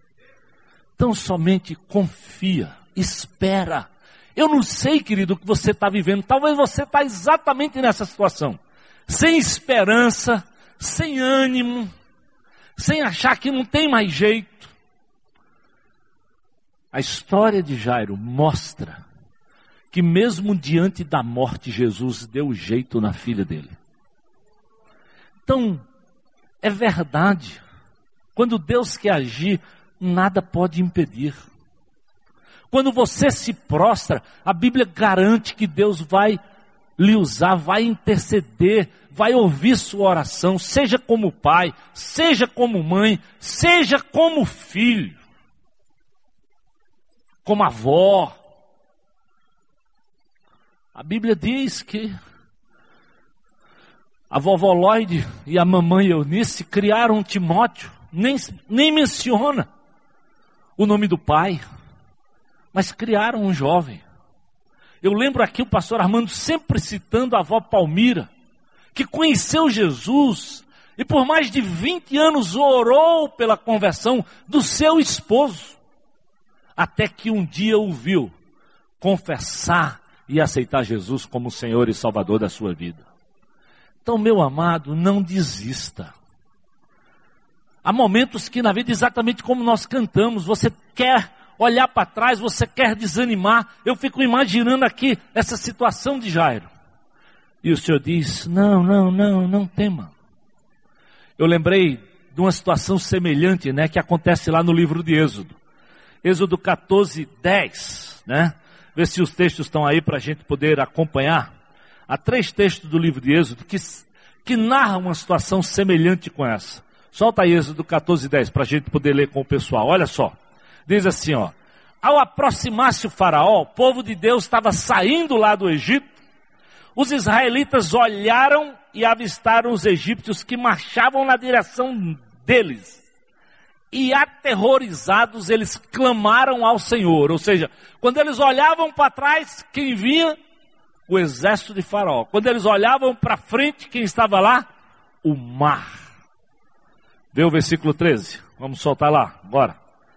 tão somente confia, espera. Eu não sei, querido, o que você está vivendo, talvez você está exatamente nessa situação, sem esperança, sem ânimo, sem achar que não tem mais jeito. A história de Jairo mostra que mesmo diante da morte, Jesus deu jeito na filha dele. Então, é verdade, quando Deus quer agir, nada pode impedir. Quando você se prostra, a Bíblia garante que Deus vai lhe usar, vai interceder, vai ouvir sua oração, seja como pai, seja como mãe, seja como filho, como avó. A Bíblia diz que a vovó Lloyd e a mamãe Eunice criaram Timóteo, nem menciona o nome do pai, mas criaram um jovem. Eu lembro aqui o pastor Armando sempre citando a avó Palmira, que conheceu Jesus e por mais de 20 anos orou pela conversão do seu esposo, até que um dia o viu confessar e aceitar Jesus como Senhor e Salvador da sua vida. Então, meu amado, não desista. Há momentos que na vida, exatamente como nós cantamos, você quer olhar para trás, você quer desanimar. Eu fico imaginando aqui essa situação de Jairo. E o Senhor diz, não tema. Eu lembrei de uma situação semelhante, né, que acontece lá no livro de Êxodo. Êxodo 14:10, né? Vê se os textos estão aí para a gente poder acompanhar. Há 3 textos do livro de Êxodo que narram uma situação semelhante com essa. Solta aí Êxodo 14:10 para a gente poder ler com o pessoal. Olha só, diz assim, ó. Ao aproximar-se o faraó, o povo de Deus estava saindo lá do Egito. Os israelitas olharam e avistaram os egípcios que marchavam na direção deles. E aterrorizados, eles clamaram ao Senhor. Ou seja, quando eles olhavam para trás, quem vinha? O exército de faraó. Quando eles olhavam para frente, quem estava lá? O mar. Vê o versículo 13. Vamos soltar lá, bora.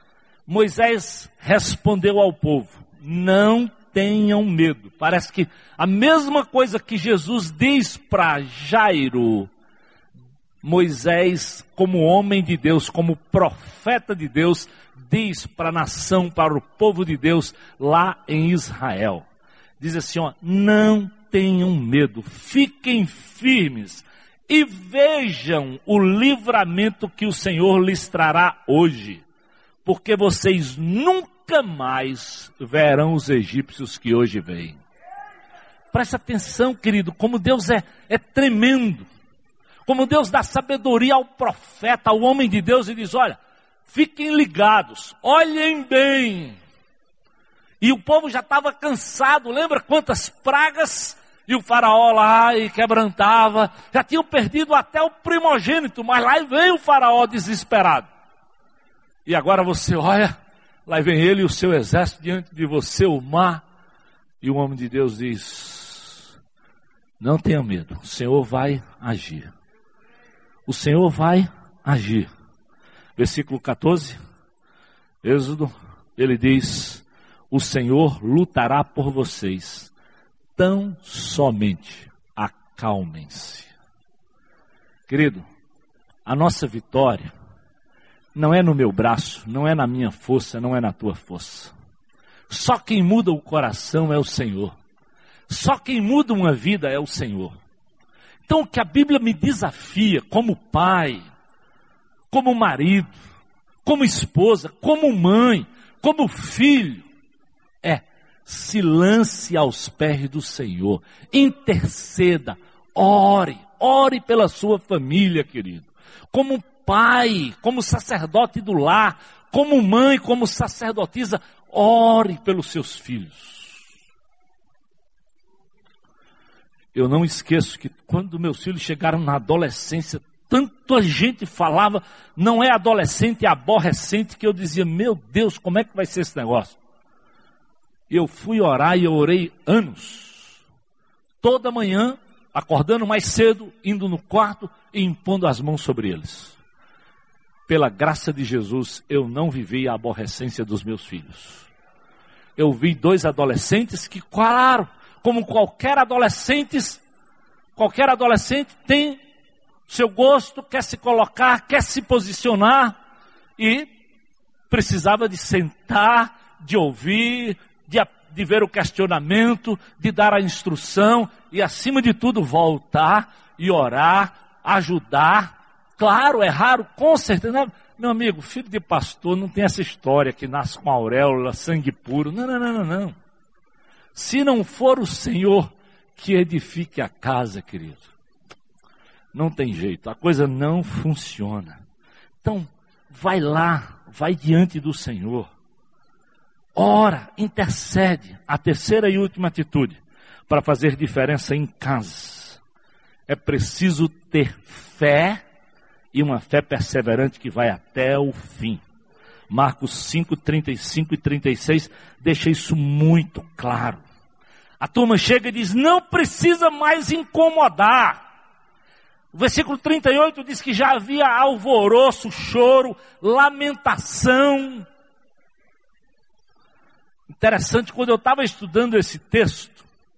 Moisés respondeu ao povo, não tenham medo. Parece que a mesma coisa que Jesus diz para Jairo, Moisés, como homem de Deus, como profeta de Deus, diz para a nação, para o povo de Deus lá em Israel. Diz assim, ó, não tenham medo, fiquem firmes e vejam o livramento que o Senhor lhes trará hoje, porque vocês nunca mais verão os egípcios que hoje veem. Presta atenção, querido, como Deus é tremendo. Como Deus dá sabedoria ao profeta, ao homem de Deus, e diz, olha, fiquem ligados, olhem bem. E o povo já estava cansado, lembra quantas pragas? E o faraó lá e quebrantava, já tinham perdido até o primogênito, mas lá vem o faraó desesperado. E agora você olha, lá vem ele e o seu exército diante de você, o mar. E o homem de Deus diz, não tenha medo, o Senhor vai agir. O Senhor vai agir. Versículo 14, Êxodo, ele diz, o Senhor lutará por vocês, tão somente acalmem-se. Querido, a nossa vitória não é no meu braço, não é na minha força, não é na tua força. Só quem muda o coração é o Senhor. Só quem muda uma vida é o Senhor. Então o que a Bíblia me desafia como pai, como marido, como esposa, como mãe, como filho, é se lance aos pés do Senhor, interceda, ore pela sua família, querido. Como pai, como sacerdote do lar, como mãe, como sacerdotisa, ore pelos seus filhos. Eu não esqueço que quando meus filhos chegaram na adolescência, tanta gente falava, não é adolescente, é aborrecente, que eu dizia, meu Deus, como é que vai ser esse negócio? Eu fui orar e eu orei anos. Toda manhã, acordando mais cedo, indo no quarto e impondo as mãos sobre eles. Pela graça de Jesus, eu não vivi a aborrecência dos meus filhos. Eu vi 2 adolescentes que, claro, como qualquer adolescente tem seu gosto, quer se colocar, quer se posicionar, e precisava de sentar, de ouvir, de ver o questionamento, de dar a instrução, e acima de tudo voltar e orar, ajudar. Claro, é raro, com certeza. Meu amigo, filho de pastor não tem essa história que nasce com auréola, sangue puro. Não. Se não for o Senhor que edifique a casa, querido, não tem jeito, a coisa não funciona. Então, vai lá, vai diante do Senhor, ora, intercede. A terceira e última atitude para fazer diferença em casa, é preciso ter fé, e uma fé perseverante que vai até o fim. Marcos 5, 35 e 36 deixa isso muito claro. A turma chega e diz, não precisa mais incomodar. O versículo 38 diz que já havia alvoroço, choro, lamentação. Interessante, quando eu estava estudando esse texto,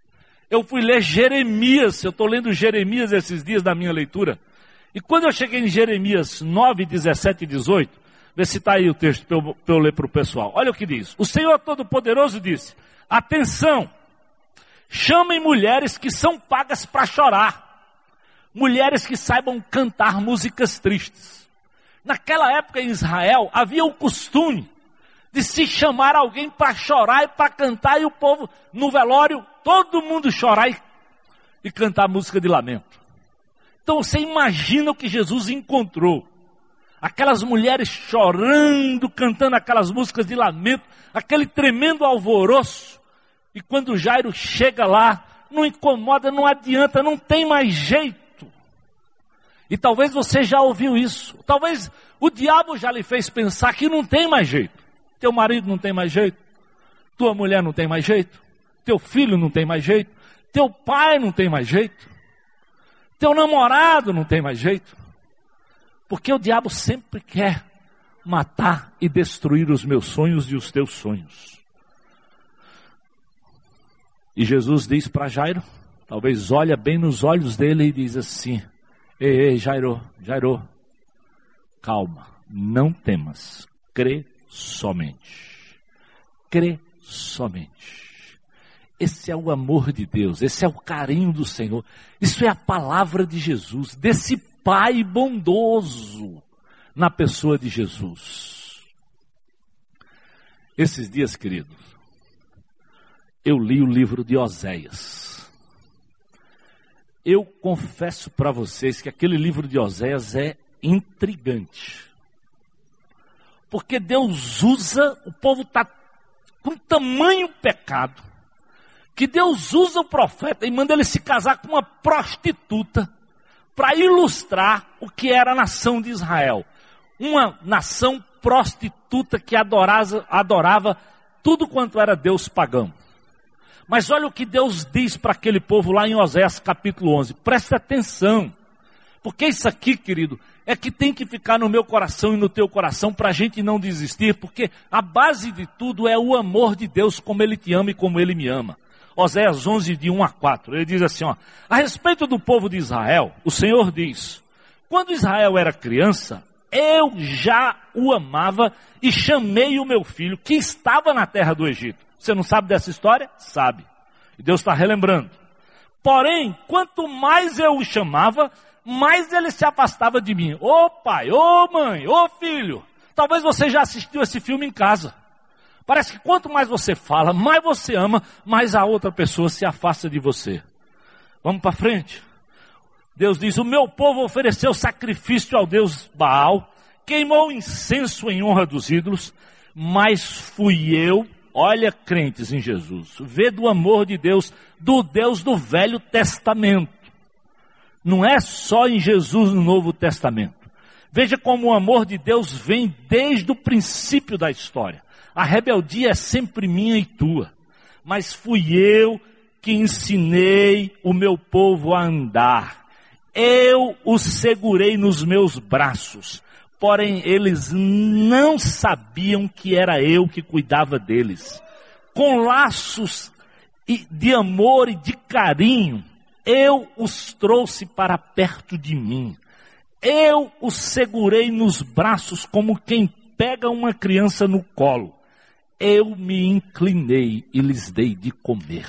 eu fui ler Jeremias. Eu estou lendo Jeremias esses dias da minha leitura. E quando eu cheguei em Jeremias 9, 17 e 18, vê se está aí o texto para eu ler para o pessoal. Olha o que diz. O Senhor Todo-Poderoso disse: atenção, chamem mulheres que são pagas para chorar. Mulheres que saibam cantar músicas tristes. Naquela época em Israel havia o costume de se chamar alguém para chorar e para cantar, e o povo no velório, todo mundo chorar e cantar música de lamento. Então você imagina o que Jesus encontrou. Aquelas mulheres chorando, cantando aquelas músicas de lamento, aquele tremendo alvoroço. E quando Jairo chega lá, não incomoda, não adianta, não tem mais jeito. E talvez você já ouviu isso. Talvez o diabo já lhe fez pensar que não tem mais jeito. Teu marido não tem mais jeito. Tua mulher não tem mais jeito. Teu filho não tem mais jeito. Teu pai não tem mais jeito. Teu namorado não tem mais jeito. Porque o diabo sempre quer matar e destruir os meus sonhos e os teus sonhos. E Jesus diz para Jairo, talvez olha bem nos olhos dele e diz assim: ei, Jairo, calma, não temas, crê somente. Crê somente. Esse é o amor de Deus, esse é o carinho do Senhor. Isso é a palavra de Jesus, desse Pai bondoso na pessoa de Jesus. Esses dias, queridos, eu li o livro de Oséias. Eu confesso para vocês que aquele livro de Oséias é intrigante. Porque Deus usa, o povo está com tamanho pecado, que Deus usa o profeta e manda ele se casar com uma prostituta para ilustrar o que era a nação de Israel. Uma nação prostituta que adorava tudo quanto era Deus pagão. Mas olha o que Deus diz para aquele povo lá em Oséias capítulo 11. Presta atenção. Porque isso aqui, querido, é que tem que ficar no meu coração e no teu coração para a gente não desistir. Porque a base de tudo é o amor de Deus, como Ele te ama e como Ele me ama. Oséias 11, de 1 a 4, ele diz assim, ó: a respeito do povo de Israel, o Senhor diz: quando Israel era criança, eu já o amava e chamei o meu filho, que estava na terra do Egito. Você não sabe dessa história? Sabe. E Deus está relembrando. Porém, quanto mais eu o chamava, mais ele se afastava de mim. Ô pai, ô mãe, ô filho, talvez você já assistiu esse filme em casa. Parece que quanto mais você fala, mais você ama, mais a outra pessoa se afasta de você. Vamos para frente. Deus diz: o meu povo ofereceu sacrifício ao Deus Baal, queimou incenso em honra dos ídolos, mas fui eu, olha crentes em Jesus, vê do amor de Deus, do Deus do Velho Testamento. Não é só em Jesus no Novo Testamento. Veja como o amor de Deus vem desde o princípio da história. A rebeldia é sempre minha e tua, mas fui eu que ensinei o meu povo a andar. Eu os segurei nos meus braços, porém eles não sabiam que era eu que cuidava deles. Com laços de amor e de carinho, eu os trouxe para perto de mim. Eu os segurei nos braços como quem pega uma criança no colo. Eu me inclinei e lhes dei de comer.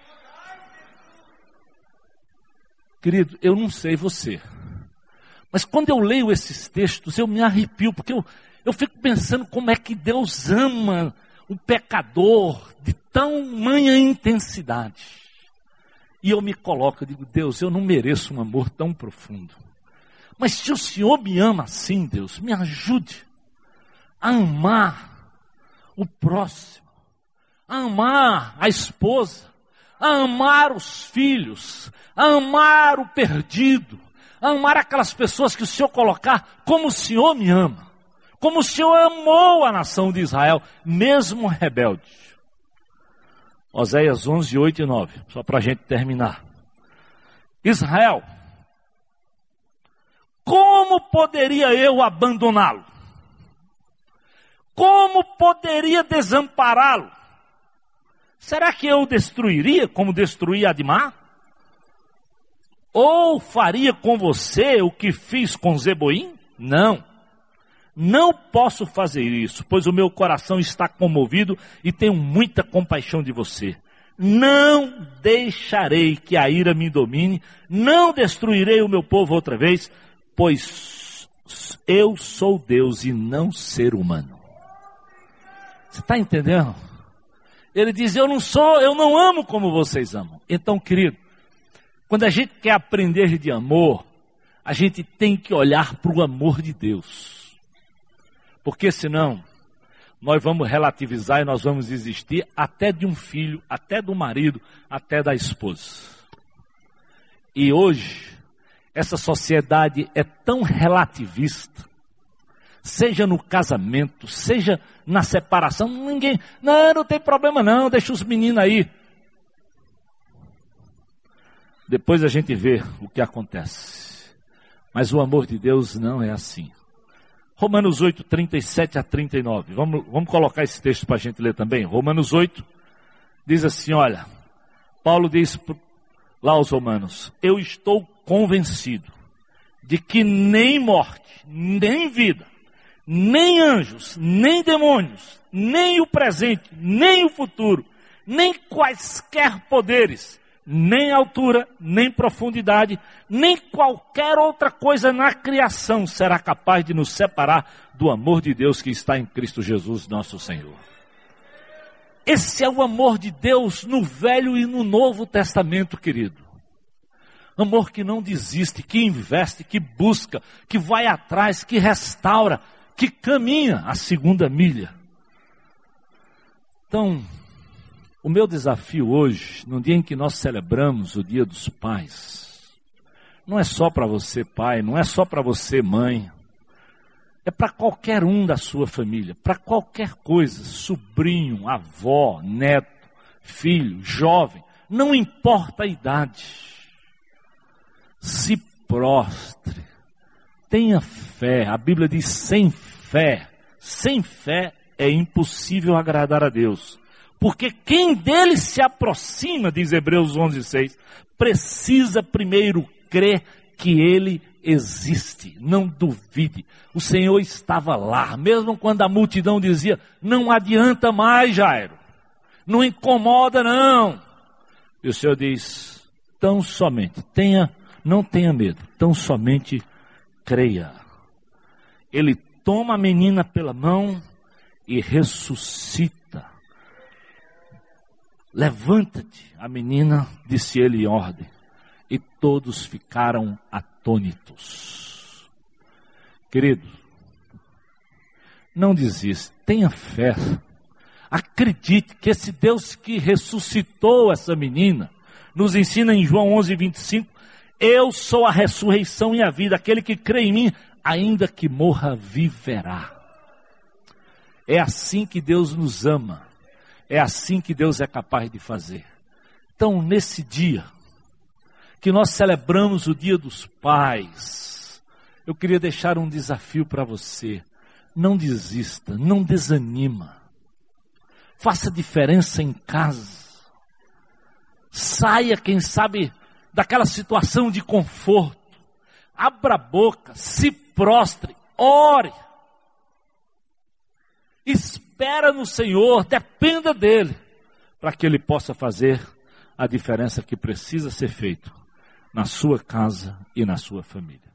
Querido, eu não sei você, mas quando eu leio esses textos, eu me arrepio, porque eu fico pensando como é que Deus ama o pecador de tamanha intensidade. E eu me coloco, eu digo: Deus, eu não mereço um amor tão profundo. Mas se o Senhor me ama assim, Deus, me ajude a amar o próximo, a amar a esposa, a amar os filhos, a amar o perdido, a amar aquelas pessoas que o Senhor colocar como o Senhor me ama, como o Senhor amou a nação de Israel, mesmo rebelde. Oséias 11, 8 e 9, só para a gente terminar. Israel, como poderia eu abandoná-lo? Como poderia desampará-lo? Será que eu destruiria como destruí Admar? Ou faria com você o que fiz com Zeboim? Não. Não posso fazer isso, pois o meu coração está comovido e tenho muita compaixão de você. Não deixarei que a ira me domine, não destruirei o meu povo outra vez, pois eu sou Deus e não ser humano. Você está entendendo? Ele diz, eu não amo como vocês amam. Então, querido, quando a gente quer aprender de amor, a gente tem que olhar para o amor de Deus. Porque senão, nós vamos relativizar e nós vamos desistir até de um filho, até do marido, até da esposa. E hoje, essa sociedade é tão relativista, seja no casamento, seja na separação, não tem problema não, deixa os meninos aí. Depois a gente vê o que acontece. Mas o amor de Deus não é assim. Romanos 8, 37 a 39. Vamos colocar esse texto para a gente ler também. Romanos 8 diz assim, olha, Paulo diz lá aos romanos, eu estou convencido de que nem morte, nem vida, nem anjos, nem demônios, nem o presente, nem o futuro, nem quaisquer poderes, nem altura, nem profundidade, nem qualquer outra coisa na criação será capaz de nos separar do amor de Deus que está em Cristo Jesus, nosso Senhor. Esse é o amor de Deus no Velho e no Novo Testamento, querido. Amor que não desiste, que investe, que busca, que vai atrás, que restaura, que caminha a segunda milha. Então, o meu desafio hoje, no dia em que nós celebramos o Dia dos Pais, não é só para você pai, não é só para você mãe, é para qualquer um da sua família, para qualquer coisa, sobrinho, avó, neto, filho, jovem, não importa a idade. Se prostre, tenha fé, a Bíblia diz sem fé é impossível agradar a Deus. Porque quem dele se aproxima, diz Hebreus 11:6, precisa primeiro crer que ele existe. Não duvide. O Senhor estava lá, mesmo quando a multidão dizia, não adianta mais, Jairo. Não incomoda, não. E o Senhor diz, tão somente, não tenha medo, tão somente creia. Ele toma a menina pela mão e ressuscita. Levanta-te, a menina, disse ele em ordem, e todos ficaram atônitos. Querido, não desista, tenha fé, acredite que esse Deus que ressuscitou essa menina, nos ensina em João 11:25, eu sou a ressurreição e a vida, aquele que crê em mim, ainda que morra, viverá. É assim que Deus nos ama. É assim que Deus é capaz de fazer. Então, nesse dia, que nós celebramos o Dia dos Pais, eu queria deixar um desafio para você. Não desista, não desanima. Faça diferença em casa. Saia, quem sabe, daquela situação de conforto. Abra a boca, se prostre, ore. Espera no Senhor, dependa dEle, para que Ele possa fazer a diferença que precisa ser feita na sua casa e na sua família.